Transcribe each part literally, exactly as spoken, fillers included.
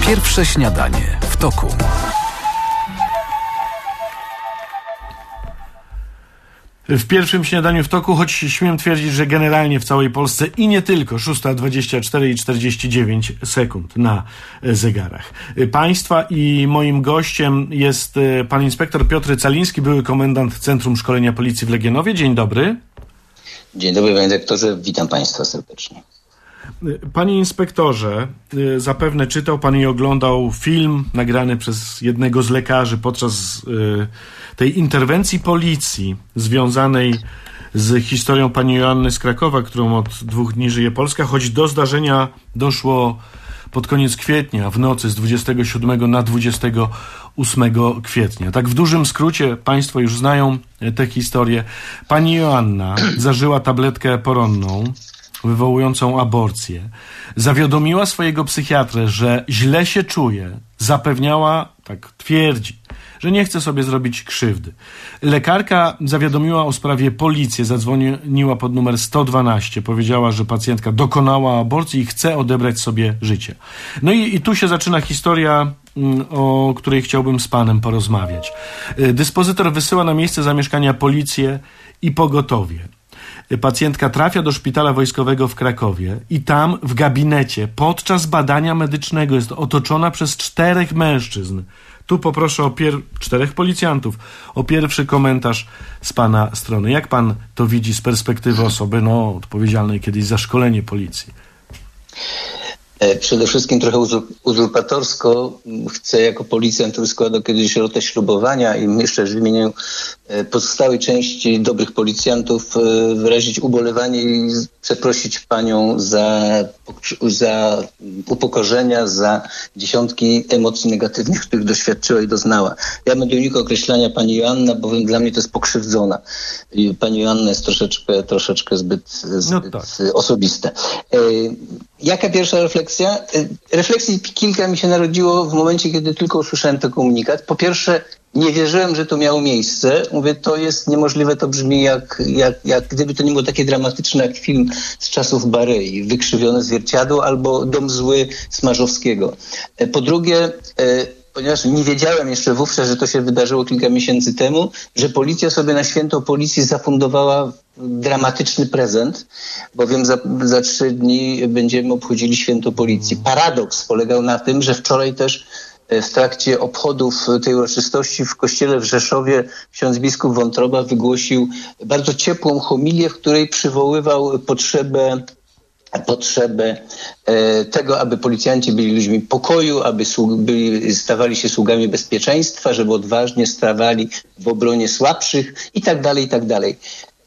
Pierwsze śniadanie w toku. W pierwszym śniadaniu w toku, choć śmiem twierdzić, że generalnie w całej Polsce i nie tylko, szósta dwadzieścia cztery i czterdzieści dziewięć sekund na zegarach. Państwa i moim gościem jest pan inspektor Piotr Caliński, były komendant Centrum Szkolenia Policji w Legionowie. Dzień dobry. Dzień dobry, panie dyrektorze, witam państwa serdecznie. Panie inspektorze, zapewne czytał pan i oglądał film nagrany przez jednego z lekarzy podczas tej interwencji policji związanej z historią pani Joanny z Krakowa, którą od dwóch dni żyje Polska, choć do zdarzenia doszło pod koniec kwietnia, w nocy z dwudziestego siódmego na dwudziestego ósmego kwietnia. Tak w dużym skrócie, państwo już znają tę historię. Pani Joanna zażyła tabletkę poronną wywołującą aborcję. Zawiadomiła swojego psychiatrę, że źle się czuje. Zapewniała, tak twierdzi, że nie chce sobie zrobić krzywdy. Lekarka zawiadomiła o sprawie policję, zadzwoniła pod numer sto dwanaście. Powiedziała, że pacjentka dokonała aborcji i chce odebrać sobie życie. No i, i tu się zaczyna historia, o której chciałbym z panem porozmawiać. Dyspozytor wysyła na miejsce zamieszkania policję i pogotowie. Pacjentka trafia do szpitala wojskowego w Krakowie i tam w gabinecie podczas badania medycznego jest otoczona przez czterech mężczyzn. Tu poproszę o pier... czterech policjantów o pierwszy komentarz z pana strony. Jak pan to widzi z perspektywy osoby no, odpowiedzialnej kiedyś za szkolenie policji? Przede wszystkim trochę uzurpatorsko chcę jako policjant, który składał kiedyś rotę ślubowania i jeszcze w imieniu pozostałej części dobrych policjantów wyrazić ubolewanie i przeprosić panią za, za upokorzenia, za dziesiątki emocji negatywnych, których doświadczyła i doznała. Ja będę unikał określania pani Joanna, bowiem dla mnie to jest pokrzywdzona. Pani Joanna jest troszeczkę, troszeczkę zbyt, zbyt no tak. osobiste. Jaka pierwsza refleksja? Refleksji kilka mi się narodziło w momencie, kiedy tylko usłyszałem ten komunikat. Po pierwsze, nie wierzyłem, że to miało miejsce. Mówię, to jest niemożliwe, to brzmi jak, jak, jak gdyby to nie było takie dramatyczne jak film z czasów Barei, Wykrzywione zwierciadło albo Dom zły Smarzowskiego. Po drugie, ponieważ nie wiedziałem jeszcze wówczas, że to się wydarzyło kilka miesięcy temu, że policja sobie na święto policji zafundowała dramatyczny prezent, bowiem za, za trzy dni będziemy obchodzili święto policji. Paradoks polegał na tym, że wczoraj też w trakcie obchodów tej uroczystości w kościele w Rzeszowie ksiądz biskup Wątroba wygłosił bardzo ciepłą homilię, w której przywoływał potrzebę potrzebę e, tego, aby policjanci byli ludźmi pokoju, aby sług- byli, stawali się sługami bezpieczeństwa, żeby odważnie stawali w obronie słabszych i tak dalej, i tak dalej.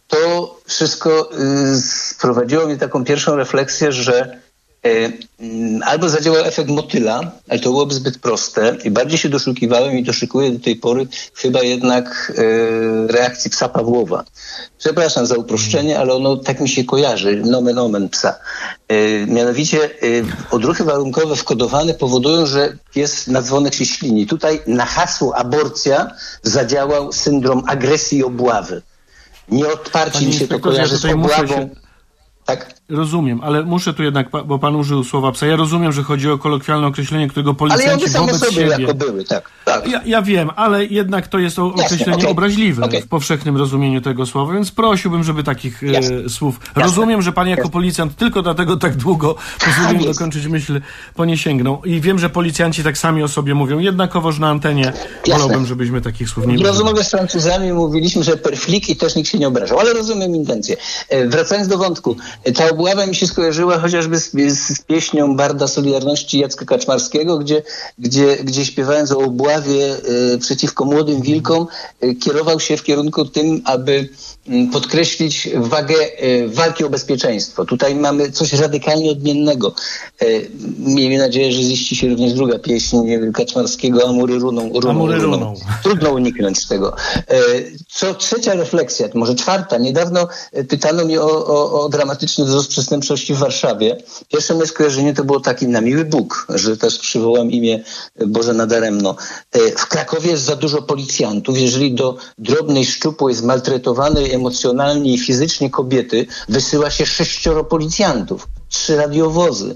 To wszystko y, sprowadziło mnie taką pierwszą refleksję, że y, albo zadziałał efekt motyla, ale to byłoby zbyt proste i bardziej się doszukiwałem i doszukuję do tej pory chyba jednak y, reakcji psa Pawłowa. Przepraszam za uproszczenie, ale ono tak mi się kojarzy, nomen omen psa. Y, mianowicie y, odruchy warunkowe wkodowane powodują, że pies na dzwonek się ślini. Tutaj na hasło aborcja zadziałał syndrom agresji i obławy. Nieodparcie mi się to kojarzy z obławą. Tak? Rozumiem, ale muszę tu jednak, bo pan użył słowa psa, ja rozumiem, że chodzi o kolokwialne określenie, którego policjanci ale ja wobec sobie siebie... jako były, tak. tak. Ja, ja wiem, ale jednak to jest określenie Jasne, okay. obraźliwe okay. w powszechnym rozumieniu tego słowa, więc prosiłbym, żeby takich e, słów... Jasne. Rozumiem, że pan jako Jasne. policjant tylko dlatego tak długo pozwolił dokończyć myśl, po nie sięgnął. I wiem, że policjanci tak sami o sobie mówią, jednakowoż na antenie Jasne. wolałbym, żebyśmy takich słów nie używali. W rozmowie z Francuzami mówiliśmy, że per flik i też nikt się nie obrażał, ale rozumiem intencję. E, wracając do wątku, ta obława mi się skojarzyła chociażby z, z pieśnią Barda Solidarności Jacka Kaczmarskiego, gdzie, gdzie, gdzie śpiewając o obławie e, przeciwko młodym wilkom e, kierował się w kierunku tym, aby m, podkreślić wagę e, walki o bezpieczeństwo. Tutaj mamy coś radykalnie odmiennego. E, miejmy nadzieję, że ziści się również druga pieśń Kaczmarskiego Amury runą. runą, Amury runą. runą. Trudno uniknąć tego. E, co trzecia refleksja, może czwarta. Niedawno pytano mnie o, o, o dramatyczny wzrost przestępczości w Warszawie. Pierwsze moje skojarzenie to było takie na miły Bóg, że też przywołam imię Boże nadaremno. W Krakowie jest za dużo policjantów. Jeżeli do drobnej, szczupłej, zmaltretowanej emocjonalnie i fizycznie kobiety wysyła się sześcioro policjantów, trzy radiowozy.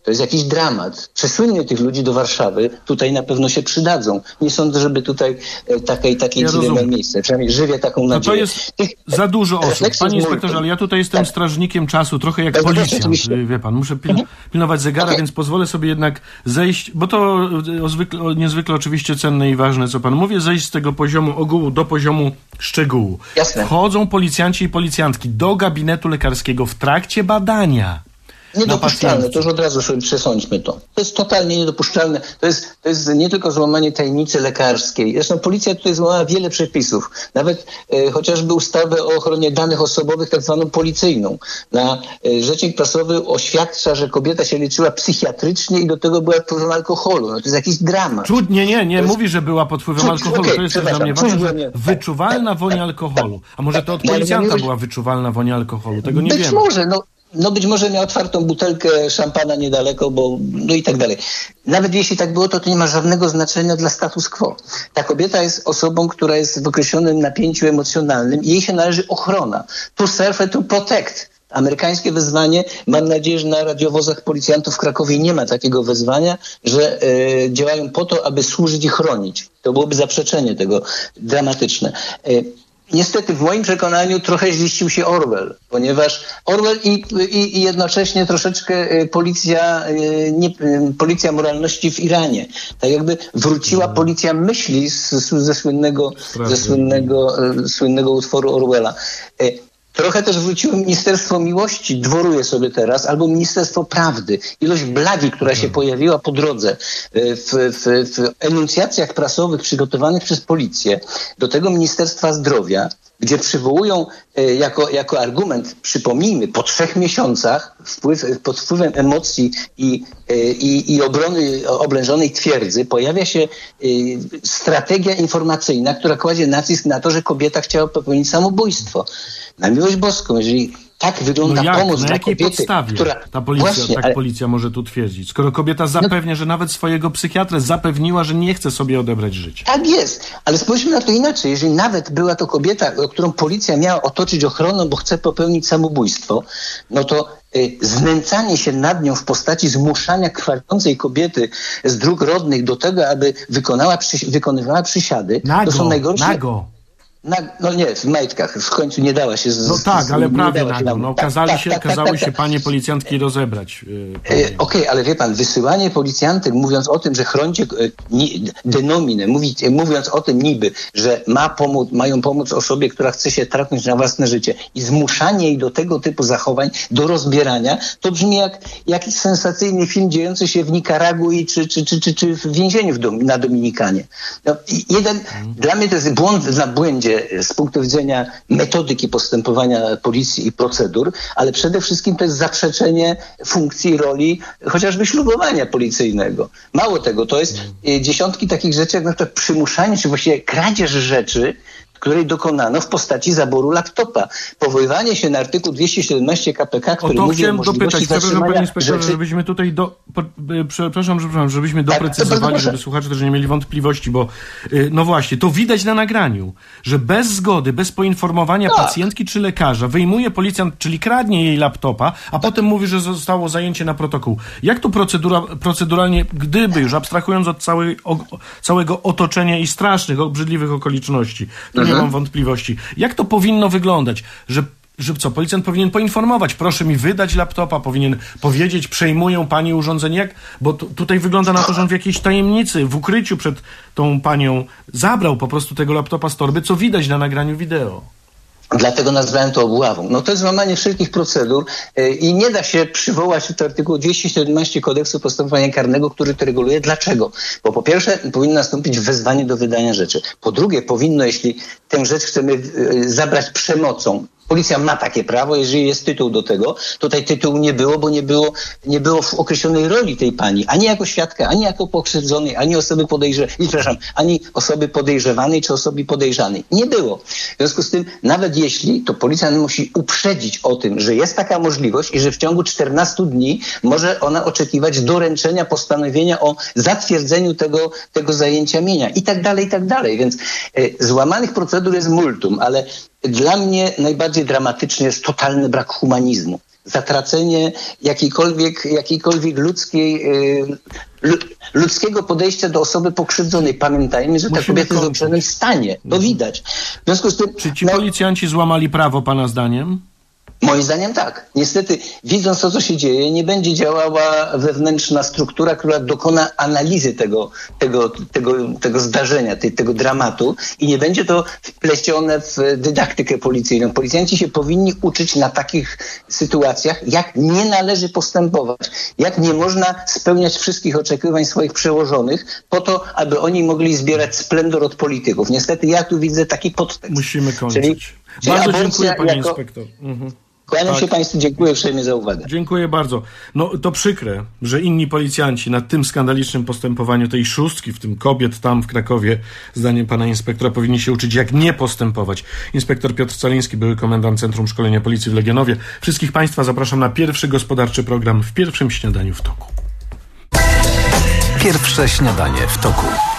To jest jakiś dramat. Przesuńmy tych ludzi do Warszawy, tutaj na pewno się przydadzą. Nie sądzę, żeby tutaj e, takiej, takiej ja dziwne miało miejsce. Przynajmniej żywię taką nadzieję. No to jest tych, za dużo osób. Panie inspektorze, ale ja tutaj jestem tak. strażnikiem czasu, trochę jak tak, policjant, wie pan. Muszę pil mhm. pilnować zegara, okay. więc pozwolę sobie jednak zejść, bo to o zwykle, o niezwykle oczywiście cenne i ważne, co pan mówi, zejść z tego poziomu ogółu do poziomu szczegółu. Jasne. Wchodzą policjanci i policjantki do gabinetu lekarskiego w trakcie badania. Niedopuszczalne, to już od razu sobie przesądźmy to. To jest totalnie niedopuszczalne. To jest, to jest nie tylko złamanie tajemnicy lekarskiej. Zresztą policja tutaj złamała wiele przepisów. Nawet e, chociażby ustawę o ochronie danych osobowych, tak zwaną policyjną. Na e, rzecznik prasowy oświadcza, że kobieta się leczyła psychiatrycznie i do tego była pod wpływem alkoholu. No to jest jakiś dramat. Cud, nie, nie, nie jest... mówi, że była pod wpływem alkoholu. Okay, to jest też dla mnie ważne, że wyczuwalna woń alkoholu. A może to od policjanta była wyczuwalna woń alkoholu? Tego nie Być wiemy. Być może, no. No być może miał otwartą butelkę szampana niedaleko, bo no i tak dalej. Nawet jeśli tak było, to to nie ma żadnego znaczenia dla status quo. Ta kobieta jest osobą, która jest w określonym napięciu emocjonalnym i jej się należy ochrona. To serve and to protect. Amerykańskie wezwanie, mam nadzieję, że na radiowozach policjantów w Krakowie nie ma takiego wezwania, że e, działają po to, aby służyć i chronić. To byłoby zaprzeczenie tego dramatyczne. E, Niestety w moim przekonaniu trochę ziścił się Orwell, ponieważ Orwell i, i, i jednocześnie troszeczkę policja, nie, policja moralności w Iranie. Tak jakby wróciła policja myśli z, z, ze słynnego, ze słynnego, słynnego utworu Orwella. Trochę też wróciło Ministerstwo Miłości, dworuje sobie teraz, albo Ministerstwo Prawdy. Ilość blagi, która się pojawiła po drodze w, w, w enuncjacjach prasowych przygotowanych przez policję do tego Ministerstwa Zdrowia, gdzie przywołują jako, jako argument, przypomnijmy, po trzech miesiącach wpływ, pod wpływem emocji i, i, i obrony oblężonej twierdzy pojawia się strategia informacyjna, która kładzie nacisk na to, że kobieta chciała popełnić samobójstwo. Na miłość boską, jeżeli tak wygląda no jak? pomoc na dla jakiej kobiety, podstawie która... ta policja, Właśnie, tak ale... policja może tu twierdzić? Skoro kobieta zapewnia, no... że nawet swojego psychiatrę zapewniła, że nie chce sobie odebrać życia. Tak jest, ale spójrzmy na to inaczej. Jeżeli nawet była to kobieta, którą policja miała otoczyć ochroną, bo chce popełnić samobójstwo, no to y, znęcanie się nad nią w postaci zmuszania krwawiącej kobiety z dróg rodnych do tego, aby wykonała przy... wykonywała przysiady, nago, to są najgorsze... Nago. Na, no nie, w majtkach. W końcu nie dała się... Z, no tak, z, ale prawie nago. nam. No, tak, kazali tak, się, tak, kazały tak, się tak, panie policjantki rozebrać. Yy, e, Okej, okay, ale wie pan, wysyłanie policjantek, mówiąc o tym, że chroncie e, ni, denomine, mówi, e, mówiąc o tym niby, że ma pomóc, mają pomóc osobie, która chce się traknąć na własne życie i zmuszanie jej do tego typu zachowań, do rozbierania, to brzmi jak jakiś sensacyjny film dziejący się w Nikaragui czy, czy, czy, czy, czy w więzieniu w Dom, na Dominikanie. No, jeden, hmm. Dla mnie to jest błąd na błędzie z punktu widzenia metodyki postępowania policji i procedur, ale przede wszystkim to jest zaprzeczenie funkcji i roli chociażby ślubowania policyjnego. Mało tego, to jest dziesiątki takich rzeczy, jak na przykład przymuszanie, czy właściwie kradzież rzeczy, której dokonano w postaci zaboru laptopa. Powoływanie się na artykuł dwieście siedemnaście K P K, który mówi o możliwości zatrzymania panie inspektorze, rzeczy... żebyśmy tutaj do... Po, przepraszam, przepraszam, żebyśmy tak, doprecyzowali, żeby słuchacze też nie mieli wątpliwości, bo no właśnie, to widać na nagraniu, że bez zgody, bez poinformowania tak. pacjentki czy lekarza wyjmuje policjant, czyli kradnie jej laptopa, a tak. potem mówi, że zostało zajęcie na protokół. Jak to procedura, proceduralnie, gdyby już abstrahując od całej, o, całego otoczenia i strasznych, obrzydliwych okoliczności, to mhm. nie mam wątpliwości. Jak to powinno wyglądać? Że, że co, policjant powinien poinformować, proszę mi wydać laptopa, powinien powiedzieć, przejmuję pani urządzenie, jak? Bo tu, tutaj wygląda na to, że on w jakiejś tajemnicy, w ukryciu przed tą panią zabrał po prostu tego laptopa z torby, co widać na nagraniu wideo. Dlatego nazwałem to obławą. No to jest złamanie wszelkich procedur yy, i nie da się przywołać do artykułu dwieście siedemnaście Kodeksu Postępowania Karnego, który to reguluje. Dlaczego? Bo po pierwsze powinno nastąpić wezwanie do wydania rzeczy. Po drugie powinno, jeśli tę rzecz chcemy yy, zabrać przemocą, policja ma takie prawo, jeżeli jest tytuł do tego. Tutaj tytułu nie było, bo nie było, nie było w określonej roli tej pani, ani jako świadka, ani jako pokrzywdzonej, ani osoby podejrzewanej, przepraszam, ani osoby podejrzewanej czy osoby podejrzanej. Nie było. W związku z tym, nawet jeśli, to policjant musi uprzedzić o tym, że jest taka możliwość i że w ciągu czternastu dni może ona oczekiwać doręczenia postanowienia o zatwierdzeniu tego, tego zajęcia mienia i tak dalej, i tak dalej. Więc y, złamanych procedur jest multum, ale dla mnie najbardziej dramatyczny jest totalny brak humanizmu. zatracenie jakiejkolwiek, jakiejkolwiek ludzkiej, y, ludzkiego podejścia do osoby pokrzywdzonej. Pamiętajmy, że ta Musimy kobieta jest w kończyć. określonym stanie. To widać. W związku z tym... Czy ci na... policjanci złamali prawo, pana zdaniem? Moim zdaniem tak. Niestety, widząc to, co się dzieje, nie będzie działała wewnętrzna struktura, która dokona analizy tego, tego, tego, tego zdarzenia, tej, tego dramatu i nie będzie to wplecione w dydaktykę policyjną. Policjanci się powinni uczyć na takich sytuacjach, jak nie należy postępować, jak nie można spełniać wszystkich oczekiwań swoich przełożonych po to, aby oni mogli zbierać splendor od polityków. Niestety ja tu widzę taki podtekst. Musimy kończyć. Czyli, czyli Bardzo aborcja dziękuję, panie jako... inspektor. Mhm. Kłaniam Tak. się Państwu, dziękuję uprzejmie za uwagę. Dziękuję bardzo. No to przykre, że inni policjanci na tym skandalicznym postępowaniu tej szóstki, w tym kobiet tam w Krakowie, zdaniem pana inspektora, powinni się uczyć, jak nie postępować. Inspektor Piotr Caliński, były komendant Centrum Szkolenia Policji w Legionowie. Wszystkich państwa zapraszam na pierwszy gospodarczy program w pierwszym śniadaniu w toku. Pierwsze śniadanie w toku.